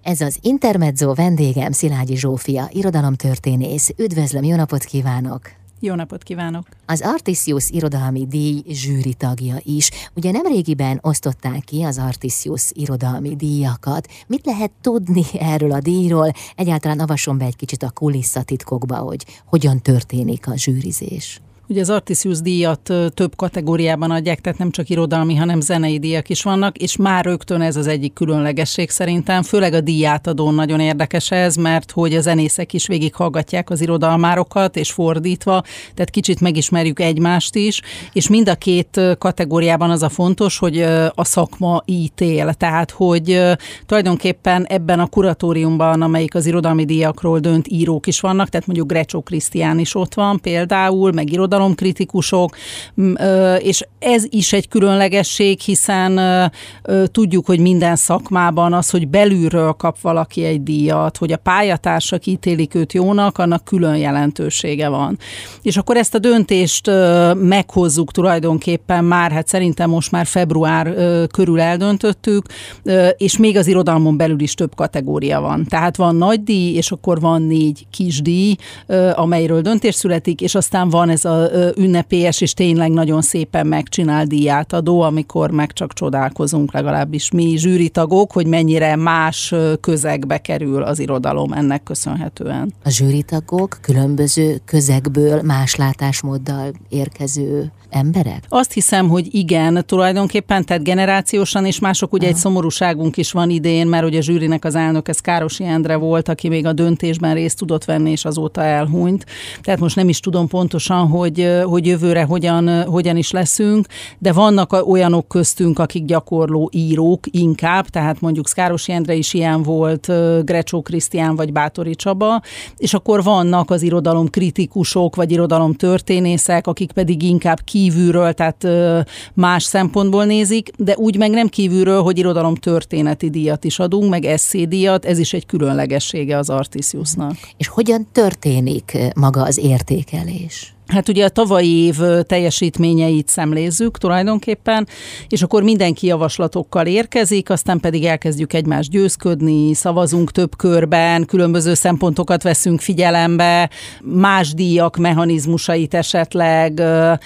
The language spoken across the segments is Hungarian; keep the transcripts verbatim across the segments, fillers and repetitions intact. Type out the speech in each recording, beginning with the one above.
Ez az Intermezzo, vendégem Szilágyi Zsófia, irodalomtörténész. Üdvözlöm, jó napot kívánok! Jó napot kívánok! Az Artisius irodalmi díj zsűri tagja is. Ugye nemrégiben osztották ki az Artisius irodalmi díjakat. Mit lehet tudni erről a díjról? Egyáltalán avasson be egy kicsit a kulisszatitkokba, hogy hogyan történik a zsűrizés. Ugye az Artisius díjat több kategóriában adják, tehát nem csak irodalmi, hanem zenei díjak is vannak, és már rögtön ez az egyik különlegesség szerintem, főleg a díjátadón nagyon érdekes ez, mert hogy a zenészek is végighallgatják az irodalmárokat, és fordítva, tehát kicsit megismerjük egymást is, és mind a két kategóriában az a fontos, hogy a szakma ítél, tehát hogy tulajdonképpen ebben a kuratóriumban, amelyik az irodalmi díjakról dönt, írók is vannak, tehát mondjuk Grecsó Krisztián is ott van például, meg irodalmi kritikusok, és ez is egy különlegesség, hiszen tudjuk, hogy minden szakmában az, hogy belülről kap valaki egy díjat, hogy a pályatársak ítélik őt jónak, annak külön jelentősége van. És akkor ezt a döntést meghozzuk tulajdonképpen már, hát szerintem most már február körül eldöntöttük, és még az irodalmon belül is több kategória van. Tehát van nagy díj, és akkor van négy kis díj, amelyről döntés születik, és aztán van ez a ünnepélyes és tényleg nagyon szépen megcsinált díjátadó, amikor meg csak csodálkozunk, legalábbis mi zsűritagok, hogy mennyire más közegbe kerül az irodalom ennek köszönhetően. A zsűritagok különböző közegből, más látásmóddal érkező emberek? Azt hiszem, hogy igen, tulajdonképpen, tehát generációsan, és mások ugye Aha. egy szomorúságunk is van idén, mert ugye a zsűrinek az elnök, ez Károsi Endre volt, aki még a döntésben részt tudott venni, és azóta elhunyt. Tehát most nem is tudom pontosan, hogy, hogy jövőre hogyan, hogyan is leszünk, de vannak olyanok köztünk, akik gyakorló írók inkább, tehát mondjuk Károsi Endre is ilyen volt, Grecsó Krisztián vagy Báthori Csaba, és akkor vannak az irodalomkritikusok, vagy irodalomtörténészek, akik pedig inkább kívülről, tehát más szempontból nézik, de úgy meg nem kívülről, hogy irodalomtörténeti díjat is adunk, meg esszédíjat, ez is egy különlegessége az Artisiusnak. És hogyan történik maga az értékelés? Hát ugye a tavalyi év teljesítményeit szemlézzük tulajdonképpen, és akkor mindenki javaslatokkal érkezik, aztán pedig elkezdjük egymást győzködni, szavazunk több körben, különböző szempontokat veszünk figyelembe, más díjak mechanizmusait esetleg,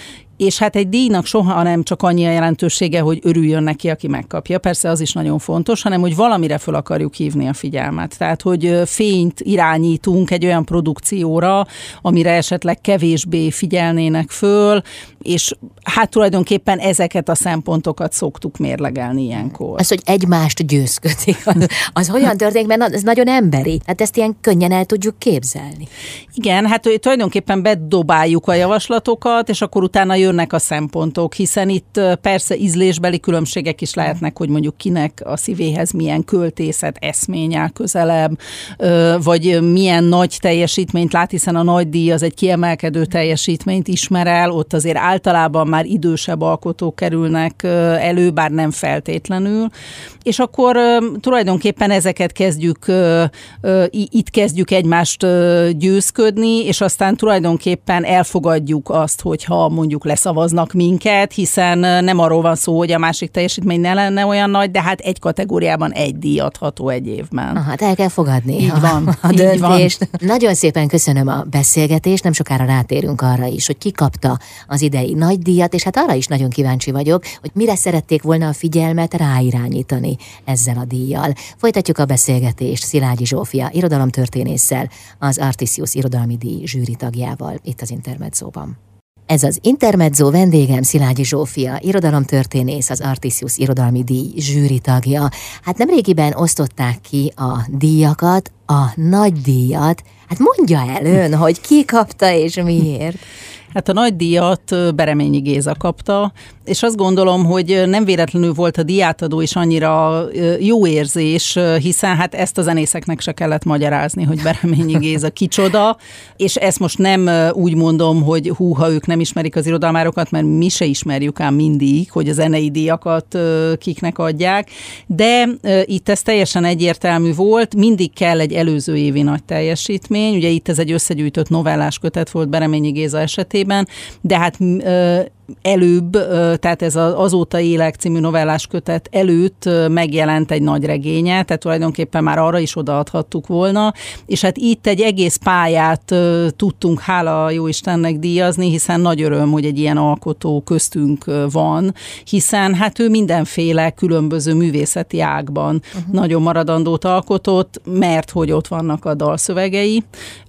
és hát egy díjnak soha nem csak annyi a jelentősége, hogy örüljön neki, aki megkapja. Persze az is nagyon fontos, hanem hogy valamire föl akarjuk hívni a figyelmet. Tehát, hogy fényt irányítunk egy olyan produkcióra, amire esetleg kevésbé figyelnének föl, és hát tulajdonképpen ezeket a szempontokat szoktuk mérlegelni ilyenkor. Az, hogy egymást győzködik, az, az hogyan történik, mert ez nagyon emberi. Hát ezt ilyen könnyen el tudjuk képzelni. Igen, hát tulajdonképpen bedobáljuk a javaslatokat, és akkor utána jönnek a szempontok, hiszen itt persze ízlésbeli különbségek is lehetnek, hogy mondjuk kinek a szívéhez milyen költészet, eszmény áll közelebb, vagy milyen nagy teljesítményt lát, hiszen a nagy díj az egy kiemelkedő teljesítményt ismer el, ott azért általában már idősebb alkotók kerülnek elő, bár nem feltétlenül, és akkor tulajdonképpen ezeket kezdjük, itt kezdjük egymást győzködni, és aztán tulajdonképpen elfogadjuk azt, hogyha mondjuk leszavaznak minket, hiszen nem arról van szó, hogy a másik teljesítmény ne lenne olyan nagy, de hát egy kategóriában egy díj adható egy évben. Aha, hát el kell fogadni így a, van, a döntést. Van. Nagyon szépen köszönöm a beszélgetést, nem sokára rátérünk arra is, hogy ki kapta az idei nagy díjat, és hát arra is nagyon kíváncsi vagyok, hogy mire szerették volna a figyelmet ráirányítani ezzel a díjjal. Folytatjuk a beszélgetést Szilágyi Zsófia irodalomtörténésszel, az Artisius irodalmi díj zsűri tagjával itt az Intermezzóban. Ez az Intermezzo, vendégem Szilágyi Zsófia, irodalomtörténész, az Artisius irodalmi díj zsűri tagja. Hát nemrégiben osztották ki a díjakat, a nagy díjat. Hát mondja el ön, hogy ki kapta és miért? Hát a nagy díjat Bereményi Géza kapta, és azt gondolom, hogy nem véletlenül volt a díjátadó is annyira jó érzés, hiszen hát ezt a zenészeknek se kellett magyarázni, hogy Bereményi Géza kicsoda, és ezt most nem úgy mondom, hogy húha, ők nem ismerik az irodalmárokat, mert mi se ismerjük ám mindig, hogy a zenei díjakat kiknek adják, de itt ez teljesen egyértelmű volt, mindig kell egy előző évi nagy teljesítmény, ugye itt ez egy összegyűjtött novellás kötet volt Bereményi Géza esetében, de hát előbb, tehát ez az Azóta élek című novellás kötet előtt megjelent egy nagy regénye, tehát tulajdonképpen már arra is odaadhattuk volna, és hát itt egy egész pályát tudtunk, hála jó Istennek, díjazni, hiszen nagy öröm, hogy egy ilyen alkotó köztünk van, hiszen hát ő mindenféle különböző művészeti ágban uh-huh. nagyon maradandót alkotott, mert hogy ott vannak a dalszövegei,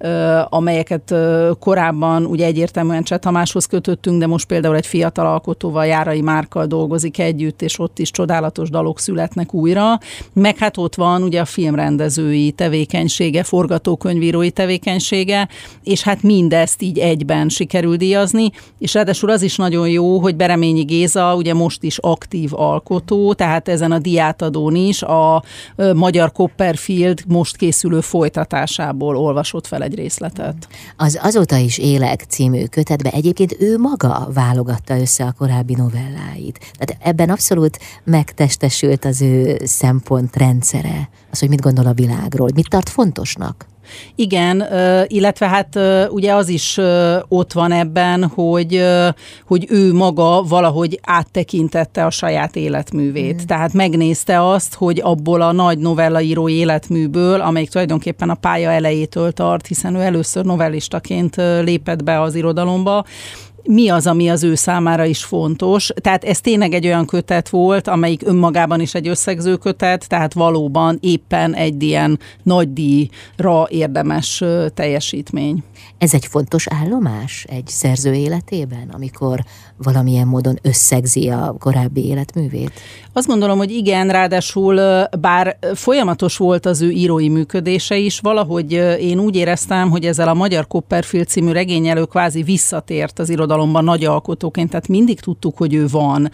amelyeket korábban ugye egyértelműen Cseh Tamáshoz kötöttünk, de most például egy fiatal alkotóval, Járai Márkkal dolgozik együtt, és ott is csodálatos dalok születnek újra. Meg hát ott van ugye a filmrendezői tevékenysége, forgatókönyvírói tevékenysége, és hát mindezt így egyben sikerül díjazni, és ráadásul az is nagyon jó, hogy Bereményi Géza ugye most is aktív alkotó, tehát ezen a díjátadón is a Magyar Copperfield most készülő folytatásából olvasott fel egy részletet. Az Azóta is élek című kötetbe egyébként ő maga válogatta össze a korábbi novelláit. Tehát ebben abszolút megtestesült az ő szempontrendszere, az, hogy mit gondol a világról, mit tart fontosnak. Igen, illetve hát ugye az is ott van ebben, hogy, hogy ő maga valahogy áttekintette a saját életművét. Mm. Tehát megnézte azt, hogy abból a nagy novellaírói életműből, amelyik tulajdonképpen a pálya elejétől tart, hiszen ő először novellistaként lépett be az irodalomba, mi az, ami az ő számára is fontos. Tehát ez tényleg egy olyan kötet volt, amelyik önmagában is egy összegző kötet, tehát valóban éppen egy ilyen nagy díjra érdemes teljesítmény. Ez egy fontos állomás egy szerző életében, amikor valamilyen módon összegzi a korábbi életművét? Azt gondolom, hogy igen, ráadásul bár folyamatos volt az ő írói működése is, valahogy én úgy éreztem, hogy ezzel a Magyar Copperfield című regénnyel ő kvázi visszatért az irodalomban nagy alkotóként, tehát mindig tudtuk, hogy ő van.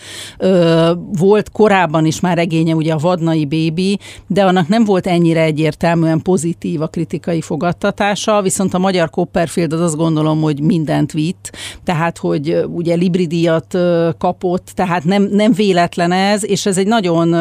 Volt korábban is már regénye, ugye a Vadnai Bébi, de annak nem volt ennyire egyértelműen pozitív a kritikai fogadtatása, viszont a Magyar Copperfield az azt gondolom, hogy mindent vitt, tehát hogy ugye Libri díjat kapott, tehát nem, nem véletlen ez, és ez egy nagyon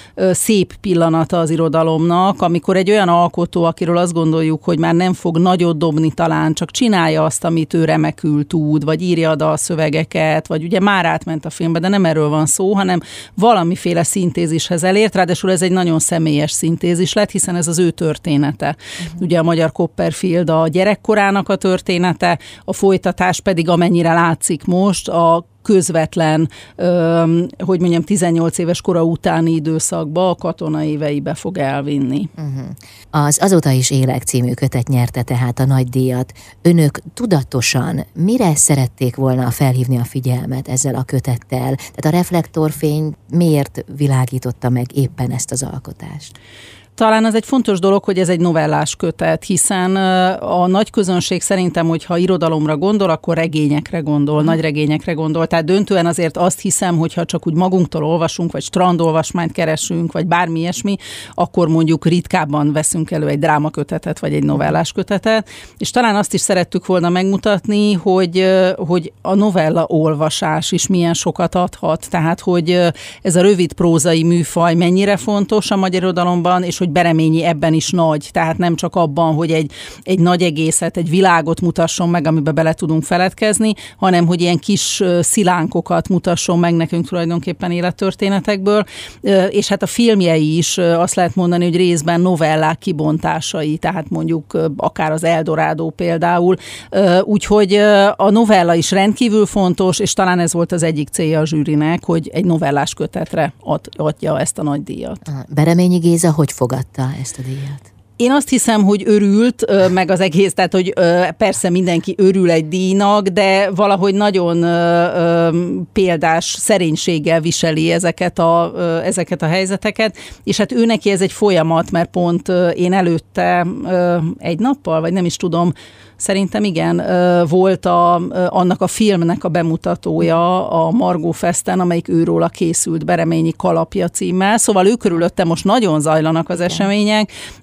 szép pillanata az irodalomnak, amikor egy olyan alkotó, akiről azt gondoljuk, hogy már nem fog nagyot dobni talán, csak csinálja azt, amit ő remekül tud, vagy írja a dalszövegeket, vagy ugye már átment a filmbe, de nem erről van szó, hanem valamiféle szintézishez elért, ráadásul ez egy nagyon személyes szintézis lett, hiszen ez az ő története. Uh-huh. Ugye a Magyar Copperfield a gyerekkorának a története, a folytatás pedig amennyire látszik most, a közvetlen, öm, hogy mondjam, tizennyolc éves kora utáni időszakba, a katona éveibe fog elvinni. Uh-huh. Az Azóta is élek című kötet nyerte tehát a nagy díjat. Önök tudatosan mire szerették volna felhívni a figyelmet ezzel a kötettel? Tehát a reflektorfény miért világította meg éppen ezt az alkotást? Talán az egy fontos dolog, hogy ez egy novellás kötet, hiszen a nagy közönség szerintem, hogyha irodalomra gondol, akkor regényekre gondol, nagy regényekre gondol. Tehát döntően azért azt hiszem, hogyha csak úgy magunktól olvasunk, vagy strandolvasmányt keresünk, vagy bármi ilyesmi, akkor mondjuk ritkábban veszünk elő egy drámakötetet, vagy egy novellás kötetet. És talán azt is szerettük volna megmutatni, hogy, hogy a novella olvasás is milyen sokat adhat. Tehát, hogy ez a rövid prózai műfaj mennyire fontos a magyar irodalomban, és hogy Bereményi ebben is nagy, tehát nem csak abban, hogy egy, egy nagy egészet, egy világot mutasson meg, amiben bele tudunk feledkezni, hanem hogy ilyen kis szilánkokat mutasson meg nekünk tulajdonképpen élettörténetekből, és hát a filmjei is azt lehet mondani, hogy részben novellák kibontásai, tehát mondjuk akár az Eldorádó például, úgyhogy a novella is rendkívül fontos, és talán ez volt az egyik célja a zsűrinek, hogy egy novellás kötetre ad, adja ezt a nagy díjat. Bereményi Géza hogy fogadta ezt a díjat? Én azt hiszem, hogy örült, meg az egész, tehát hogy persze mindenki örül egy díjnak, de valahogy nagyon példás szerénységgel viseli ezeket a, ezeket a helyzeteket, és hát ő neki ez egy folyamat, mert pont én előtte egy nappal, vagy nem is tudom, szerintem igen, volt a, annak a filmnek a bemutatója a Margó Festen, amelyik őróla készült, Bereményi Kalapja címmel, szóval ő körülötte most nagyon zajlanak az események, és hál'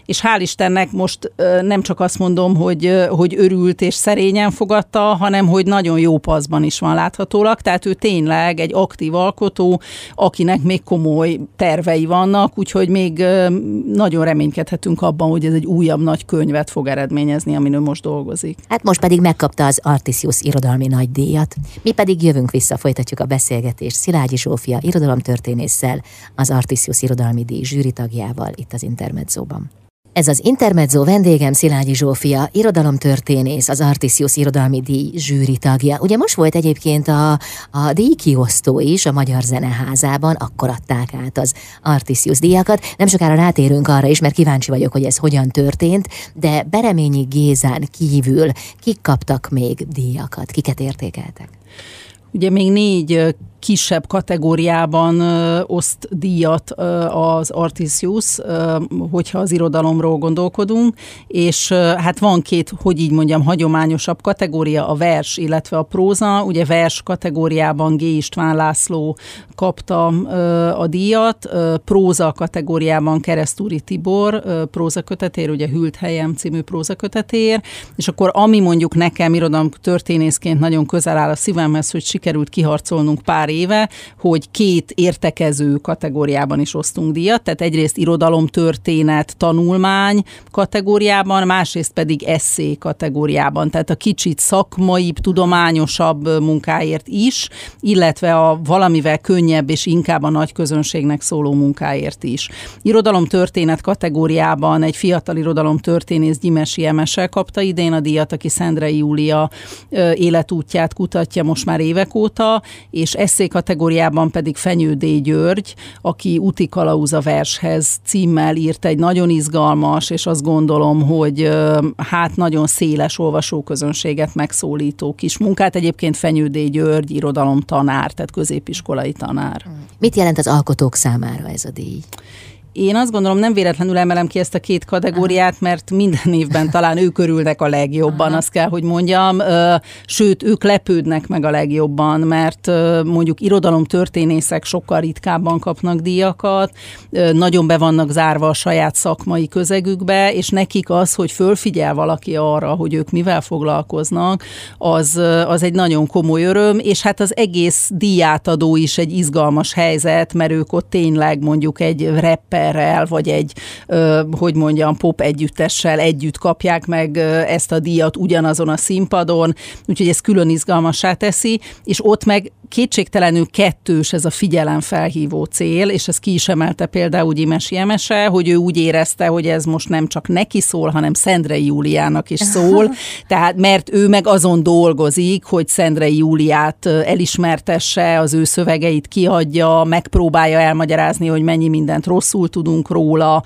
Istennek most nem csak azt mondom, hogy, hogy örült és szerényen fogadta, hanem hogy nagyon jó paszban is van láthatólag, tehát ő tényleg egy aktív alkotó, akinek még komoly tervei vannak, úgyhogy még nagyon reménykedhetünk abban, hogy ez egy újabb nagy könyvet fog eredményezni, amin ő most dolgozik. Hát most pedig megkapta az Artisius irodalmi nagydíjat. Mi pedig jövünk vissza, folytatjuk a beszélgetést Szilágyi Zsófia irodalomtörténésszel, az Artisius irodalmi díj zsűritagjával itt az Intermedzóban. Ez az Intermezzo, vendégem Szilágyi Zsófia, irodalomtörténész, az Artisius irodalmi díj zsűritagja. Ugye most volt egyébként a, a díjkiosztó is a Magyar Zeneházában, akkor adták át az Artisius díjakat. Nem sokára rátérünk arra is, mert kíváncsi vagyok, hogy ez hogyan történt, de Bereményi Gézán kívül kik kaptak még díjakat, kiket értékeltek? Ugye még négy kisebb kategóriában ö, oszt díjat ö, az Artisius, ö, hogyha az irodalomról gondolkodunk, és ö, hát van két, hogy így mondjam, hagyományosabb kategória, a vers, illetve a próza. Ugye vers kategóriában G. István László kapta ö, a díjat, ö, próza kategóriában Keresztúri Tibor ö, prózakötetér, ugye Hűlt helyem című prózakötetér, és akkor ami mondjuk nekem irodalomtörténészként nagyon közel áll a szívemhez, hogy sikerült kiharcolnunk pár éve, hogy két értekező kategóriában is osztunk díjat, tehát egyrészt irodalomtörténet tanulmány kategóriában, másrészt pedig esszé kategóriában, tehát a kicsit szakmaibb, tudományosabb munkáért is, illetve a valamivel könnyebb és inkább a nagy közönségnek szóló munkáért is. Irodalomtörténet kategóriában egy fiatal irodalomtörténész, Gyimesi Emese kapta idén a díjat, aki Szendrei Júlia életútját kutatja most már évek óta, és esszé kategóriában pedig Fenyő D. György, aki Úti kalauz a vershez címmel írt egy nagyon izgalmas, és azt gondolom, hogy hát nagyon széles olvasóközönséget megszólító kis munkát. Egyébként Fenyő D. György irodalomtanár, tehát középiskolai tanár. Mit jelent az alkotók számára ez a díj? Én azt gondolom, nem véletlenül emelem ki ezt a két kategóriát, mert minden évben talán ők örülnek a legjobban, Aha. azt kell, hogy mondjam. Sőt, ők lepődnek meg a legjobban, mert mondjuk irodalomtörténészek sokkal ritkábban kapnak díjakat, nagyon be vannak zárva a saját szakmai közegükbe, és nekik az, hogy fölfigyel valaki arra, hogy ők mivel foglalkoznak, az, az egy nagyon komoly öröm, és hát az egész díjátadó is egy izgalmas helyzet, mert ők ott tényleg mondjuk egy rapper vagy egy, hogy mondjam, pop együttessel együtt kapják meg ezt a díjat ugyanazon a színpadon, úgyhogy ez külön izgalmassá teszi, és ott meg kétségtelenül kettős ez a figyelemfelhívó cél, és ez ki is emelte például Gyimesi Emese, hogy ő úgy érezte, hogy ez most nem csak neki szól, hanem Szendrei Júliának is szól, tehát mert ő meg azon dolgozik, hogy Szendrei Júliát elismertesse, az ő szövegeit kiadja, megpróbálja elmagyarázni, hogy mennyi mindent rosszul tudunk róla,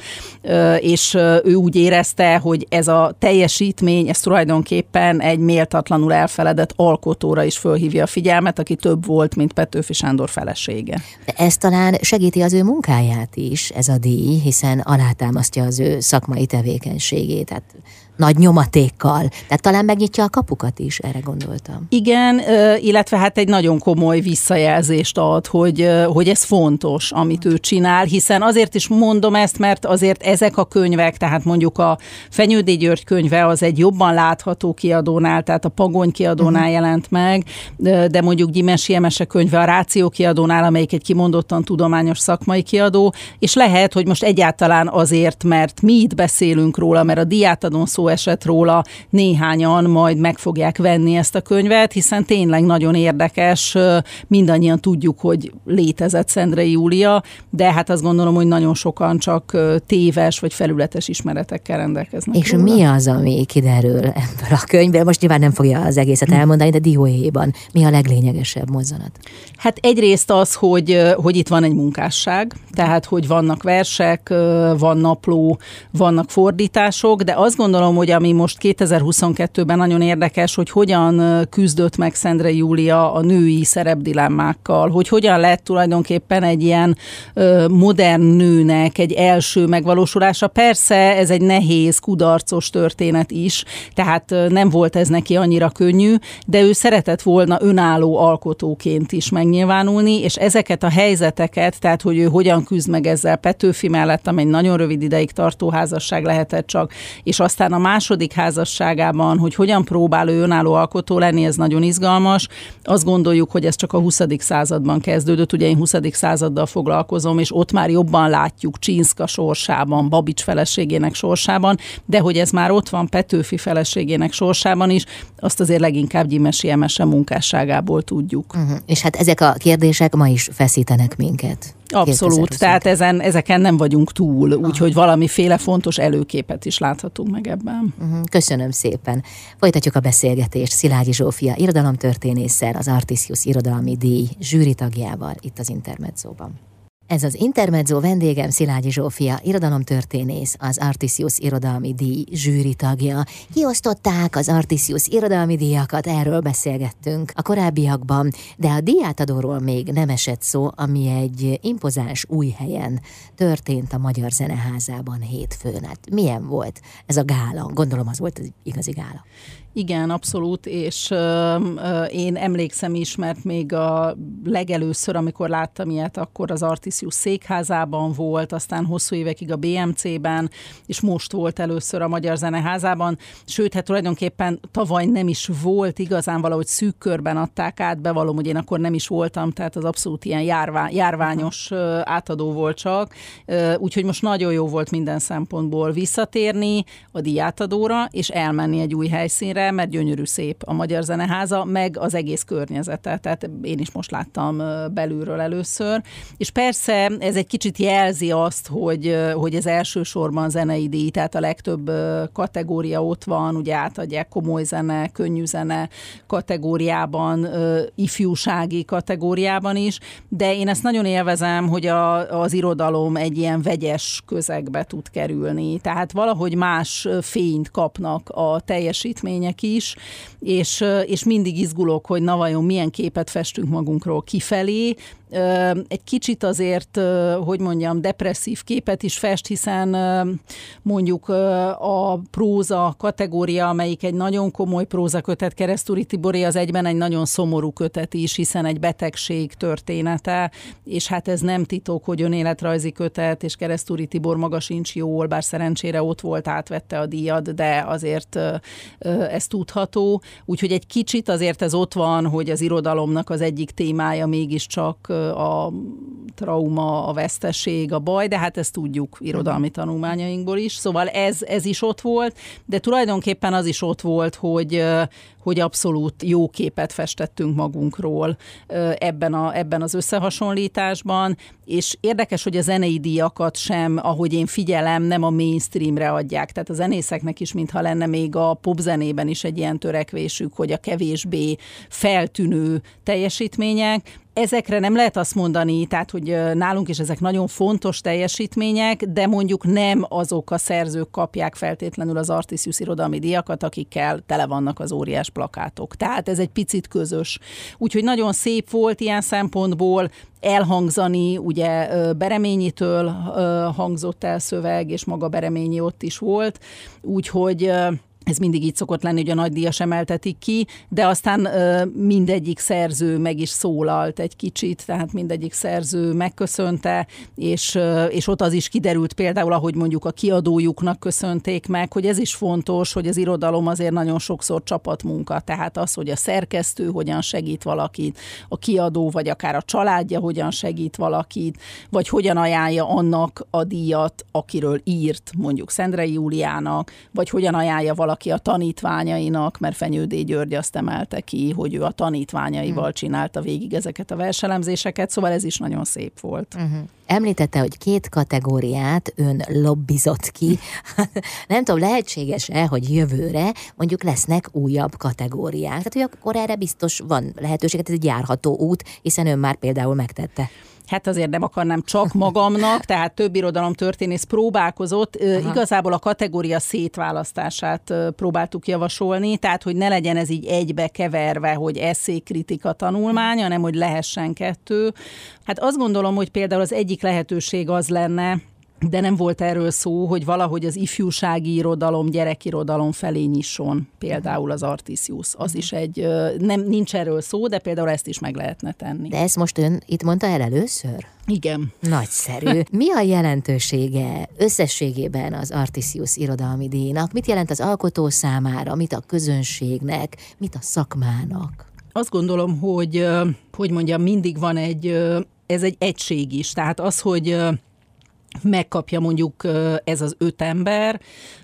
és ő úgy érezte, hogy ez a teljesítmény, ez tulajdonképpen egy méltatlanul elfeledett alkotóra is fölhívja a figyelmet, aki több volt, mint Petőfi Sándor felesége. De ez talán segíti az ő munkáját is, ez a díj, hiszen alátámasztja az ő szakmai tevékenységét, tehát nagy nyomatékkal. Tehát talán megnyitja a kapukat is, erre gondoltam. Igen, illetve hát egy nagyon komoly visszajelzést ad, hogy, hogy ez fontos, amit ő csinál, hiszen azért is mondom ezt, mert azért ezek a könyvek, tehát mondjuk a Fenyő D. György könyve az egy jobban látható kiadónál, tehát a Pagony kiadónál uh-huh. jelent meg, de mondjuk Gyimesi Emese könyve a Ráció kiadónál, amelyik egy kimondottan tudományos szakmai kiadó, és lehet, hogy most egyáltalán azért, mert mi itt beszélünk róla, mert a díjátadón szó esett róla, néhányan majd meg fogják venni ezt a könyvet, hiszen tényleg nagyon érdekes, mindannyian tudjuk, hogy létezett Szendrei Júlia, de hát azt gondolom, hogy nagyon sokan csak téves vagy felületes ismeretekkel rendelkeznek. És róla. Mi az, ami kiderül ebből a könyvből? Most nyilván nem fogja az egészet elmondani, de dióhéjban mi a leglényegesebb mozzanat? Hát egyrészt az, hogy, hogy itt van egy munkásság, tehát hogy vannak versek, van napló, vannak fordítások, de azt gondolom, gondolom, hogy ami most kétezer-huszonkettőben nagyon érdekes, hogy hogyan küzdött meg Szendrei Júlia a női szerepdilemmákkal, hogy hogyan lett tulajdonképpen egy ilyen ö, modern nőnek egy első megvalósulása. Persze ez egy nehéz, kudarcos történet is, tehát ö, nem volt ez neki annyira könnyű, de ő szeretett volna önálló alkotóként is megnyilvánulni, és ezeket a helyzeteket, tehát hogy ő hogyan küzd meg ezzel Petőfi mellett, amely nagyon rövid ideig tartó házasság lehetett csak, és aztán a második házasságában, hogy hogyan próbál ő önálló alkotó lenni, ez nagyon izgalmas. Azt gondoljuk, hogy ez csak a huszadik században kezdődött, ugye én huszadik századdal foglalkozom, és ott már jobban látjuk Csinszka sorsában, Babics feleségének sorsában, de hogy ez már ott van Petőfi feleségének sorsában is, azt azért leginkább Gyimesi Emese munkásságából tudjuk. Uh-huh. És hát ezek a kérdések ma is feszítenek minket. Abszolút, tehát ezen, ezeken nem vagyunk túl, úgyhogy valamiféle fontos előképet is láthatunk meg ebben. Uh-huh. Köszönöm szépen. Folytatjuk a beszélgetést Szilágyi Zsófia irodalomtörténésszel, az Artisius Irodalmi Díj zsűritagjával itt az Intermedzóban. Ez az Intermezzo, vendégem Szilágyi Zsófia, irodalomtörténész, az Artisius Irodalmi Díj zsűritagja. Kiosztották az Artisius Irodalmi Díjakat, erről beszélgettünk a korábbiakban, de a díjátadóról még nem esett szó, ami egy impozáns új helyen történt a Magyar Zeneházában hétfőn. Hát milyen volt ez a gála? Gondolom az volt az igazi gála. Igen, abszolút, és ö, ö, én emlékszem is, mert még a legelőször, amikor láttam ilyet, akkor az Artisius székházában volt, aztán hosszú évekig a bé em cében, és most volt először a Magyar Zeneházában, sőt, hát tulajdonképpen tavaly nem is volt igazán, valahogy szűk körben adták át, bevallom, hogy én akkor nem is voltam, tehát az abszolút ilyen járvá, járványos ö, átadó volt csak, ö, úgyhogy most nagyon jó volt minden szempontból visszatérni a díjátadóra, és elmenni egy új helyszínre, mert gyönyörű szép a Magyar Zeneháza, meg az egész környezete. Tehát én is most láttam belülről először. És persze ez egy kicsit jelzi azt, hogy, hogy ez elsősorban zenei díj, tehát a legtöbb kategória ott van, ugye átadják komoly zene, könnyű zene kategóriában, ifjúsági kategóriában is, de én ezt nagyon élvezem, hogy a, az irodalom egy ilyen vegyes közegbe tud kerülni. Tehát valahogy más fényt kapnak a teljesítmények is, és, és mindig izgulok, hogy na vajon milyen képet festünk magunkról kifelé. Egy kicsit azért, hogy mondjam, depresszív képet is fest, hiszen mondjuk a próza kategória, amelyik egy nagyon komoly prózakötet, Keresztúri Tiboré, az egyben egy nagyon szomorú kötet is, hiszen egy betegség története, és hát ez nem titok, hogy önéletrajzi kötet, és Keresztúri Tibor maga sincs jól, bár szerencsére ott volt, átvette a díjat, de azért ez tudható. Úgyhogy egy kicsit azért ez ott van, hogy az irodalomnak az egyik témája mégiscsak a trauma, a veszteség, a baj, de hát ezt tudjuk irodalmi tanulmányainkból is. Szóval ez, ez is ott volt, de tulajdonképpen az is ott volt, hogy, hogy abszolút jó képet festettünk magunkról ebben, a, ebben az összehasonlításban, és érdekes, hogy a zenei díjakat sem, ahogy én figyelem, nem a mainstreamre adják. Tehát a zenészeknek is, mintha lenne még a popzenében is egy ilyen törekvésük, hogy a kevésbé feltűnő teljesítmények. Ezekre nem lehet azt mondani, tehát, hogy nálunk is ezek nagyon fontos teljesítmények, de mondjuk nem azok a szerzők kapják feltétlenül az Artisius Irodalmi Díjakat, akikkel tele vannak az óriás plakátok. Tehát ez egy picit közös. Úgyhogy nagyon szép volt ilyen szempontból elhangzani, ugye Bereményitől hangzott el szöveg, és maga Bereményi ott is volt, úgyhogy ez mindig így szokott lenni, hogy a nagydíjas emeltetik ki, de aztán ö, mindegyik szerző meg is szólalt egy kicsit, tehát mindegyik szerző megköszönte, és, ö, és ott az is kiderült például, ahogy mondjuk a kiadójuknak köszönték meg, hogy ez is fontos, hogy az irodalom azért nagyon sokszor csapatmunka, tehát az, hogy a szerkesztő hogyan segít valakit, a kiadó, vagy akár a családja hogyan segít valakit, vagy hogyan ajánlja annak a díjat, akiről írt, mondjuk Szendrei Júliának, vagy hogyan ajánlja valaki a tanítványainak, mert Fenyődé György azt emelte ki, hogy ő a tanítványaival csinálta végig ezeket a verselemzéseket, szóval ez is nagyon szép volt. Uh-huh. Említette, hogy két kategóriát ön lobbizott ki. Nem tudom, lehetséges-e, hogy jövőre mondjuk lesznek újabb kategóriák? Tehát, hogy akkor erre biztos van lehetőség, ez egy járható út, hiszen ön már például megtette. Hát azért nem akarnám csak magamnak, tehát több irodalomtörténész próbálkozott. Aha. Igazából a kategória szétválasztását próbáltuk javasolni, tehát hogy ne legyen ez így egybe keverve, hogy esszékritika tanulmány, hanem hogy lehessen kettő. Hát azt gondolom, hogy például az egyik lehetőség az lenne, de nem volt erről szó, hogy valahogy az ifjúsági irodalom, gyerekirodalom felé nyisson, például az Artisius. Az is egy, nem, nincs erről szó, de például ezt is meg lehetne tenni. De ezt most ön itt mondta el először? Igen. Nagyszerű. Mi a jelentősége összességében az Artisius irodalmi díjnak? Mit jelent az alkotó számára, mit a közönségnek, mit a szakmának? Azt gondolom, hogy, hogy mondjam, mindig van egy, ez egy egység is. Tehát az, hogy megkapja mondjuk ez az öt ember,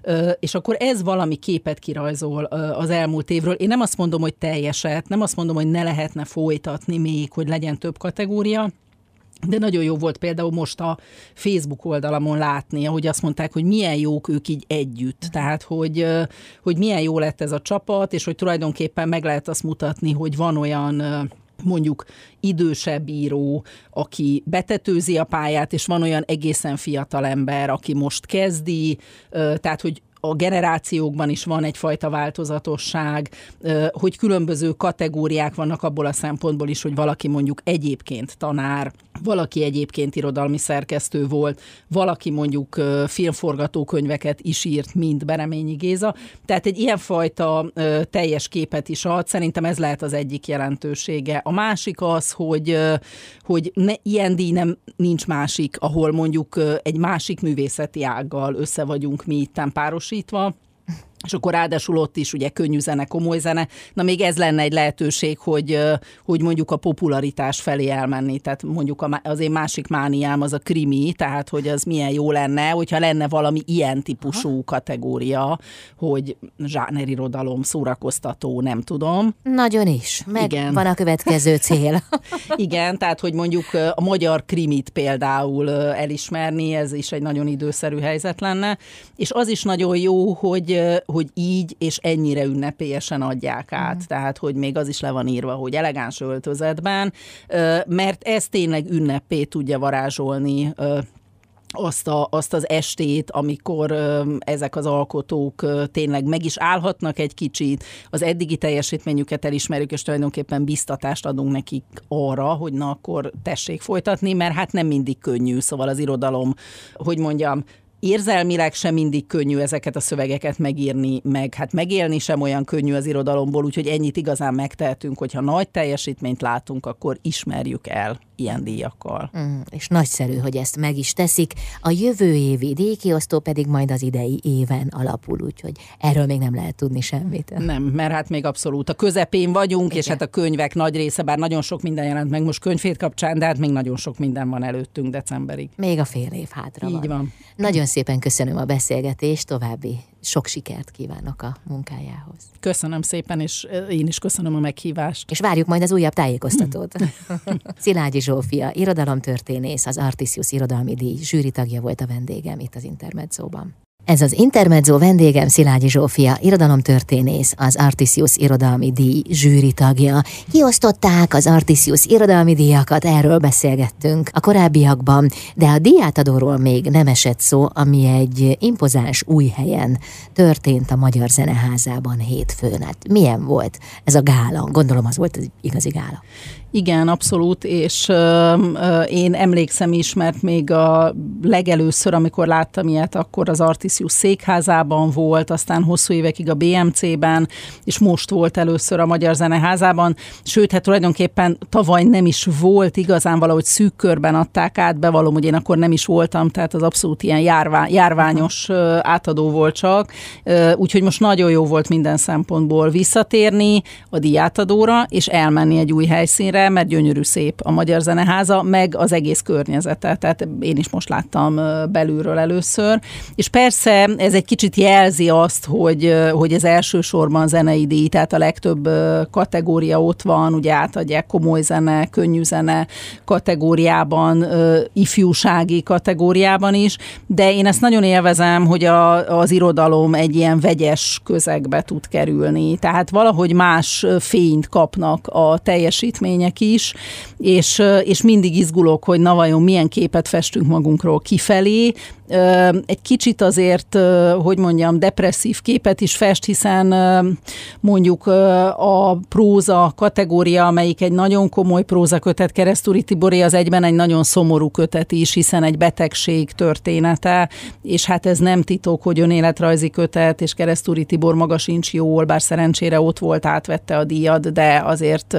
és akkor ez valami képet kirajzol az elmúlt évről. Én nem azt mondom, hogy teljeset, nem azt mondom, hogy ne lehetne folytatni még, hogy legyen több kategória, de nagyon jó volt például most a Facebook oldalamon látni, ahogy azt mondták, hogy milyen jók ők így együtt. Tehát, hogy, hogy milyen jó lett ez a csapat, és hogy tulajdonképpen meg lehet azt mutatni, hogy van olyan mondjuk idősebb író, aki betetőzi a pályát, és van olyan egészen fiatal ember, aki most kezdi, tehát, hogy a generációkban is van egyfajta változatosság, hogy különböző kategóriák vannak abból a szempontból is, hogy valaki mondjuk egyébként tanár, valaki egyébként irodalmi szerkesztő volt, valaki mondjuk filmforgatókönyveket is írt, mint Bereményi Géza. Tehát egy ilyenfajta teljes képet is ad. Szerintem ez lehet az egyik jelentősége. A másik az, hogy, hogy ne, ilyen díj nem, nincs másik, ahol mondjuk egy másik művészeti ággal össze vagyunk mi itten párosítva, és akkor ráadásul ott is ugye könnyű zene, komoly zene. Na még ez lenne egy lehetőség, hogy, hogy mondjuk a popularitás felé elmenni. Tehát mondjuk az én másik mániám az a krimi, tehát hogy az milyen jó lenne, hogyha lenne valami ilyen típusú Aha. kategória, hogy zsánerirodalom, szórakoztató, nem tudom. Nagyon is. Meg Igen. van a következő cél. Igen, tehát hogy mondjuk a magyar krimit például elismerni, ez is egy nagyon időszerű helyzet lenne. És az is nagyon jó, hogy hogy így és ennyire ünnepélyesen adják át. Mm. Tehát, hogy még az is le van írva, hogy elegáns öltözetben, mert ez tényleg ünnepé tudja varázsolni azt, a, azt az estét, amikor ö, ezek az alkotók ö, tényleg meg is állhatnak egy kicsit, az eddigi teljesítményüket elismerjük, és tulajdonképpen biztatást adunk nekik arra, hogy na akkor tessék folytatni, mert hát nem mindig könnyű, szóval az irodalom, hogy mondjam, érzelmileg sem mindig könnyű ezeket a szövegeket megírni, meg hát megélni sem olyan könnyű az irodalomból, úgyhogy ennyit igazán megtehetünk, hogyha nagy teljesítményt látunk, akkor ismerjük el ilyen díjakkal. Mm, és nagyszerű, hogy ezt meg is teszik. A jövő évi díjkiosztó pedig majd az idei éven alapul, úgyhogy erről még nem lehet tudni semmit. Nem, mert hát még abszolút a közepén vagyunk, Igen. és hát a könyvek nagy része, bár nagyon sok minden jelent meg most könyvhét kapcsán, de hát még nagyon sok minden van előttünk decemberig. Még a fél év hátra Így van. van. Nagyon szépen köszönöm a beszélgetést, további sok sikert kívánok a munkájához. Köszönöm szépen, és én is köszönöm a meghívást. És várjuk majd az újabb tájékoztatót. Szilágyi Zsófia, irodalomtörténész, az Artisius Irodalmi Díj zsűritagja volt a vendégem itt az Intermedzóban. Ez az Intermezzo, vendégem Szilágyi Zsófia, irodalomtörténész, az Artisius Irodalmi Díj zsűritagja. Kiosztották az Artisius Irodalmi Díjakat, erről beszélgettünk a korábbiakban, de a díjátadóról még nem esett szó, ami egy impozáns új helyen történt a Magyar Zeneházában hétfőn. Hát milyen volt ez a gála? Gondolom az volt az igazi gála. Igen, abszolút, és ö, ö, én emlékszem is, mert még a legelőször, amikor láttam ilyet, akkor az Artisius székházában volt, aztán hosszú évekig a bé em cében, és most volt először a Magyar Zeneházában, sőt, hát tulajdonképpen tavaly nem is volt igazán, valahogy szűk körben adták át, bevallom, hogy én akkor nem is voltam, tehát az abszolút ilyen járvány, járványos ö, átadó volt csak, ö, úgyhogy most nagyon jó volt minden szempontból visszatérni a díjátadóra, és elmenni egy új helyszínre, mert gyönyörű szép a Magyar Zeneháza, meg az egész környezete. Tehát én is most láttam belülről először. És persze persze ez egy kicsit jelzi azt, hogy, hogy ez elsősorban zenei díj, tehát a legtöbb kategória ott van, ugye átadják komoly zene, könnyű zene kategóriában, ifjúsági kategóriában is, de én ezt nagyon élvezem, hogy a, az irodalom egy ilyen vegyes közegbe tud kerülni, tehát valahogy más fényt kapnak a teljesítmények is, és, és mindig izgulok, hogy na vajon milyen képet festünk magunkról kifelé. Egy kicsit azért, hogy mondjam, depresszív képet is fest, hiszen mondjuk a próza kategória, amelyik egy nagyon komoly prózakötet, Keresztúri Tiboré az egyben egy nagyon szomorú kötet is, hiszen egy betegség története, és hát ez nem titok, hogy önéletrajzi kötet, és Keresztúri Tibor maga sincs jól, bár szerencsére ott volt, átvette a díjat, de azért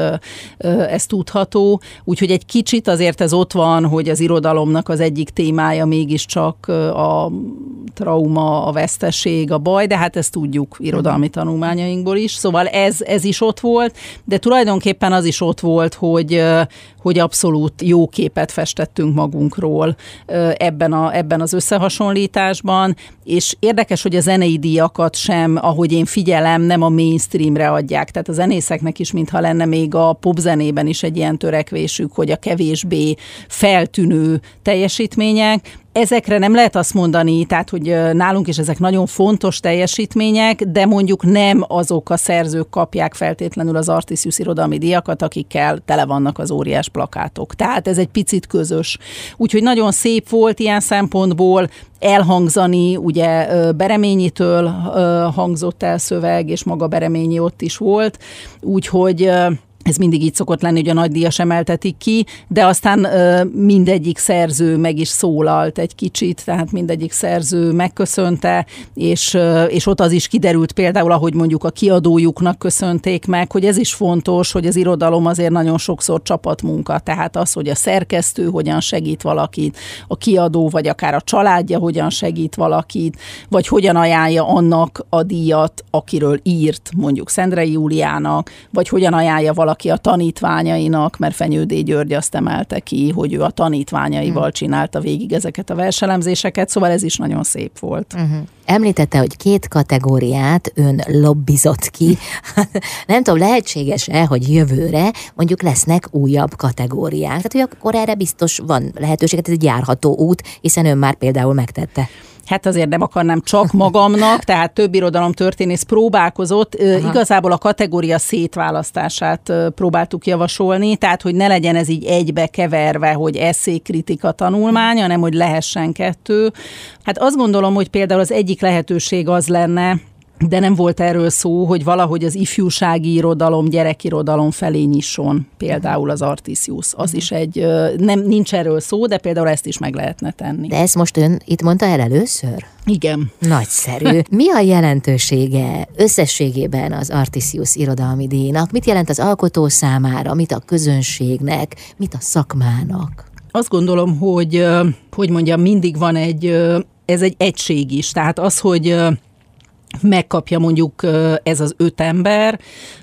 ez tudható. Úgyhogy egy kicsit azért ez ott van, hogy az irodalomnak az egyik témája mégiscsak a trauma, a veszteség, a baj, de hát ezt tudjuk irodalmi tanulmányainkból is. Szóval ez, ez is ott volt, de tulajdonképpen az is ott volt, hogy, hogy abszolút jó képet festettünk magunkról ebben, a, ebben az összehasonlításban, és érdekes, hogy a zenei díjakat sem, ahogy én figyelem, nem a mainstreamre adják. Tehát a zenészeknek is, mintha lenne még a popzenében is egy ilyen törekvésük, hogy a kevésbé feltűnő teljesítmények. Ezekre nem lehet azt mondani, tehát, hogy nálunk is ezek nagyon fontos teljesítmények, de mondjuk nem azok a szerzők kapják feltétlenül az Artisius irodalmi díjakat, akikkel tele vannak az óriás plakátok. Tehát ez egy picit közös. Úgyhogy nagyon szép volt ilyen szempontból elhangzani, ugye Bereményitől hangzott el szöveg, és maga Bereményi ott is volt, úgyhogy ez mindig így szokott lenni, hogy a nagydíjas emeltetik ki, de aztán ö, mindegyik szerző meg is szólalt egy kicsit, tehát mindegyik szerző megköszönte, és, ö, és ott az is kiderült például, ahogy mondjuk a kiadójuknak köszönték meg, hogy ez is fontos, hogy az irodalom azért nagyon sokszor csapatmunka, tehát az, hogy a szerkesztő hogyan segít valakit, a kiadó, vagy akár a családja hogyan segít valakit, vagy hogyan ajánlja annak a díjat, akiről írt, mondjuk Szendrei Júliának, vagy hogyan ajánlja valaki a tanítványainak, mert Fenyődé György azt emelte ki, hogy ő a tanítványaival hmm. csinálta végig ezeket a verselemzéseket, szóval ez is nagyon szép volt. Uh-huh. Említette, hogy két kategóriát ön lobbizott ki. Nem tudom, lehetséges-e, hogy jövőre mondjuk lesznek újabb kategóriák? Tehát, hogy akkor erre biztos van lehetőség, ez egy járható út, hiszen ön már például megtette. Hát azért nem akarnám csak magamnak, tehát több irodalomtörténész próbálkozott. Aha. Igazából a kategória szétválasztását próbáltuk javasolni, tehát hogy ne legyen ez így egybe keverve, hogy esszékritika tanulmány, hanem hogy lehessen kettő. Hát azt gondolom, hogy például az egyik lehetőség az lenne, de nem volt erről szó, hogy valahogy az ifjúsági irodalom, gyerekirodalom felé nyisson, például az Artisius. Az is egy, nem, nincs erről szó, de például ezt is meg lehetne tenni. De ezt most ön itt mondta el először? Igen. Nagyszerű. Mi a jelentősége összességében az Artisius irodalmi díjnak? Mit jelent az alkotó számára, mit a közönségnek, mit a szakmának? Azt gondolom, hogy, hogy mondjam, mindig van egy, ez egy egység is. Tehát az, hogy megkapja mondjuk ez az öt ember,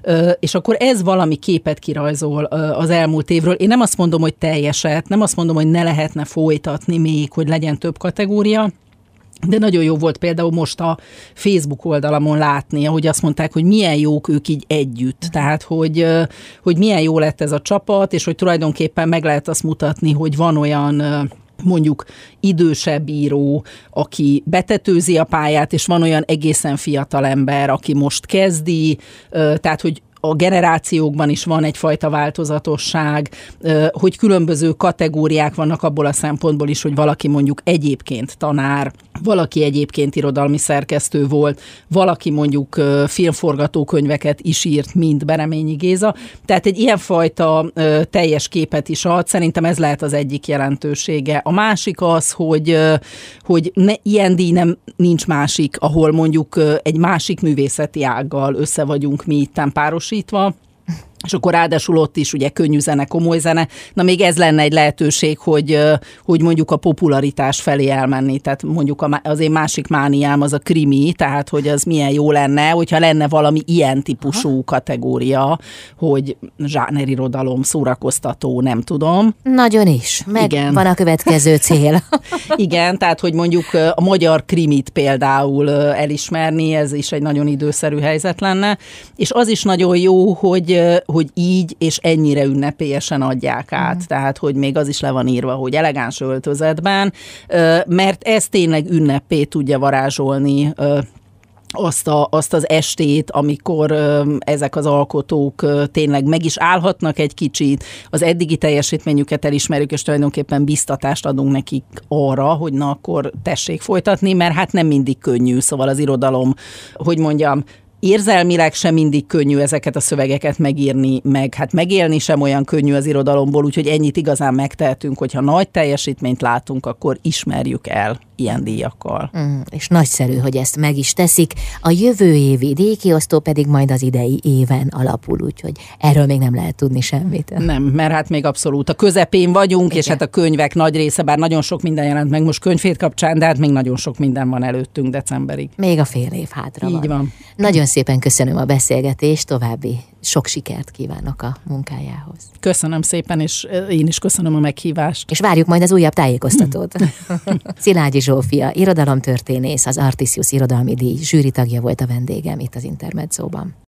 és akkor ez valami képet kirajzol az elmúlt évről. Én nem azt mondom, hogy teljeset, nem azt mondom, hogy ne lehetne folytatni még, hogy legyen több kategória, de nagyon jó volt például most a Facebook oldalamon látni, ahogy azt mondták, hogy milyen jók ők így együtt. Tehát, hogy, hogy milyen jó lett ez a csapat, és hogy tulajdonképpen meg lehet azt mutatni, hogy van olyan mondjuk idősebb író, aki betetőzi a pályát, és van olyan egészen fiatal ember, aki most kezdi, tehát, hogy a generációkban is van egyfajta változatosság, hogy különböző kategóriák vannak abból a szempontból is, hogy valaki mondjuk egyébként tanár, valaki egyébként irodalmi szerkesztő volt, valaki mondjuk filmforgatókönyveket is írt, mint Bereményi Géza. Tehát egy ilyenfajta teljes képet is ad, szerintem ez lehet az egyik jelentősége. A másik az, hogy, hogy ne, ilyen díj nem, nincs másik, ahol mondjuk egy másik művészeti ággal össze vagyunk mi itten párosítva, és akkor ráadásul ott is ugye könnyű zene, komoly zene. Na még ez lenne egy lehetőség, hogy, hogy mondjuk a popularitás felé elmenni. Tehát mondjuk az én másik mániám az a krimi, tehát hogy az milyen jó lenne, hogyha lenne valami ilyen típusú Aha. kategória, hogy zsánerirodalom, szórakoztató, nem tudom. Nagyon is. Meg Igen. van a következő cél. Igen, tehát hogy mondjuk a magyar krimit például elismerni, ez is egy nagyon időszerű helyzet lenne. És az is nagyon jó, hogy hogy így és ennyire ünnepélyesen adják át. Mm. Tehát, hogy még az is le van írva, hogy elegáns öltözetben, mert ez tényleg ünnepé tudja varázsolni azt, a, azt az estét, amikor ö, ezek az alkotók ö, tényleg meg is állhatnak egy kicsit, az eddigi teljesítményüket elismerjük, és tulajdonképpen biztatást adunk nekik arra, hogy na akkor tessék folytatni, mert hát nem mindig könnyű, szóval az irodalom, hogy mondjam, érzelmileg sem mindig könnyű ezeket a szövegeket megírni, meg hát megélni sem olyan könnyű az irodalomból, úgyhogy ennyit igazán megtehetünk, hogyha nagy teljesítményt látunk, akkor ismerjük el ilyen díjakkal. Mm, és nagyszerű, hogy ezt meg is teszik. A jövő évi díjkiosztó pedig majd az idei éven alapul, úgyhogy erről még nem lehet tudni semmit. Nem, mert hát még abszolút a közepén vagyunk, Igen. és hát a könyvek nagy része, bár nagyon sok minden jelent meg most könyvhét kapcsán, de hát még nagyon sok minden van előttünk decemberig. Még a fél év hátra van. Így van. Nagyon szépen köszönöm a beszélgetést, további sok sikert kívánok a munkájához. Köszönöm szépen, és én is köszönöm a meghívást. És várjuk majd az újabb tájékoztatót. Szilágyi Zsófia, irodalomtörténész, az Artisius Irodalmi Díj zsűritagja volt a vendégem itt az Intermedzóban.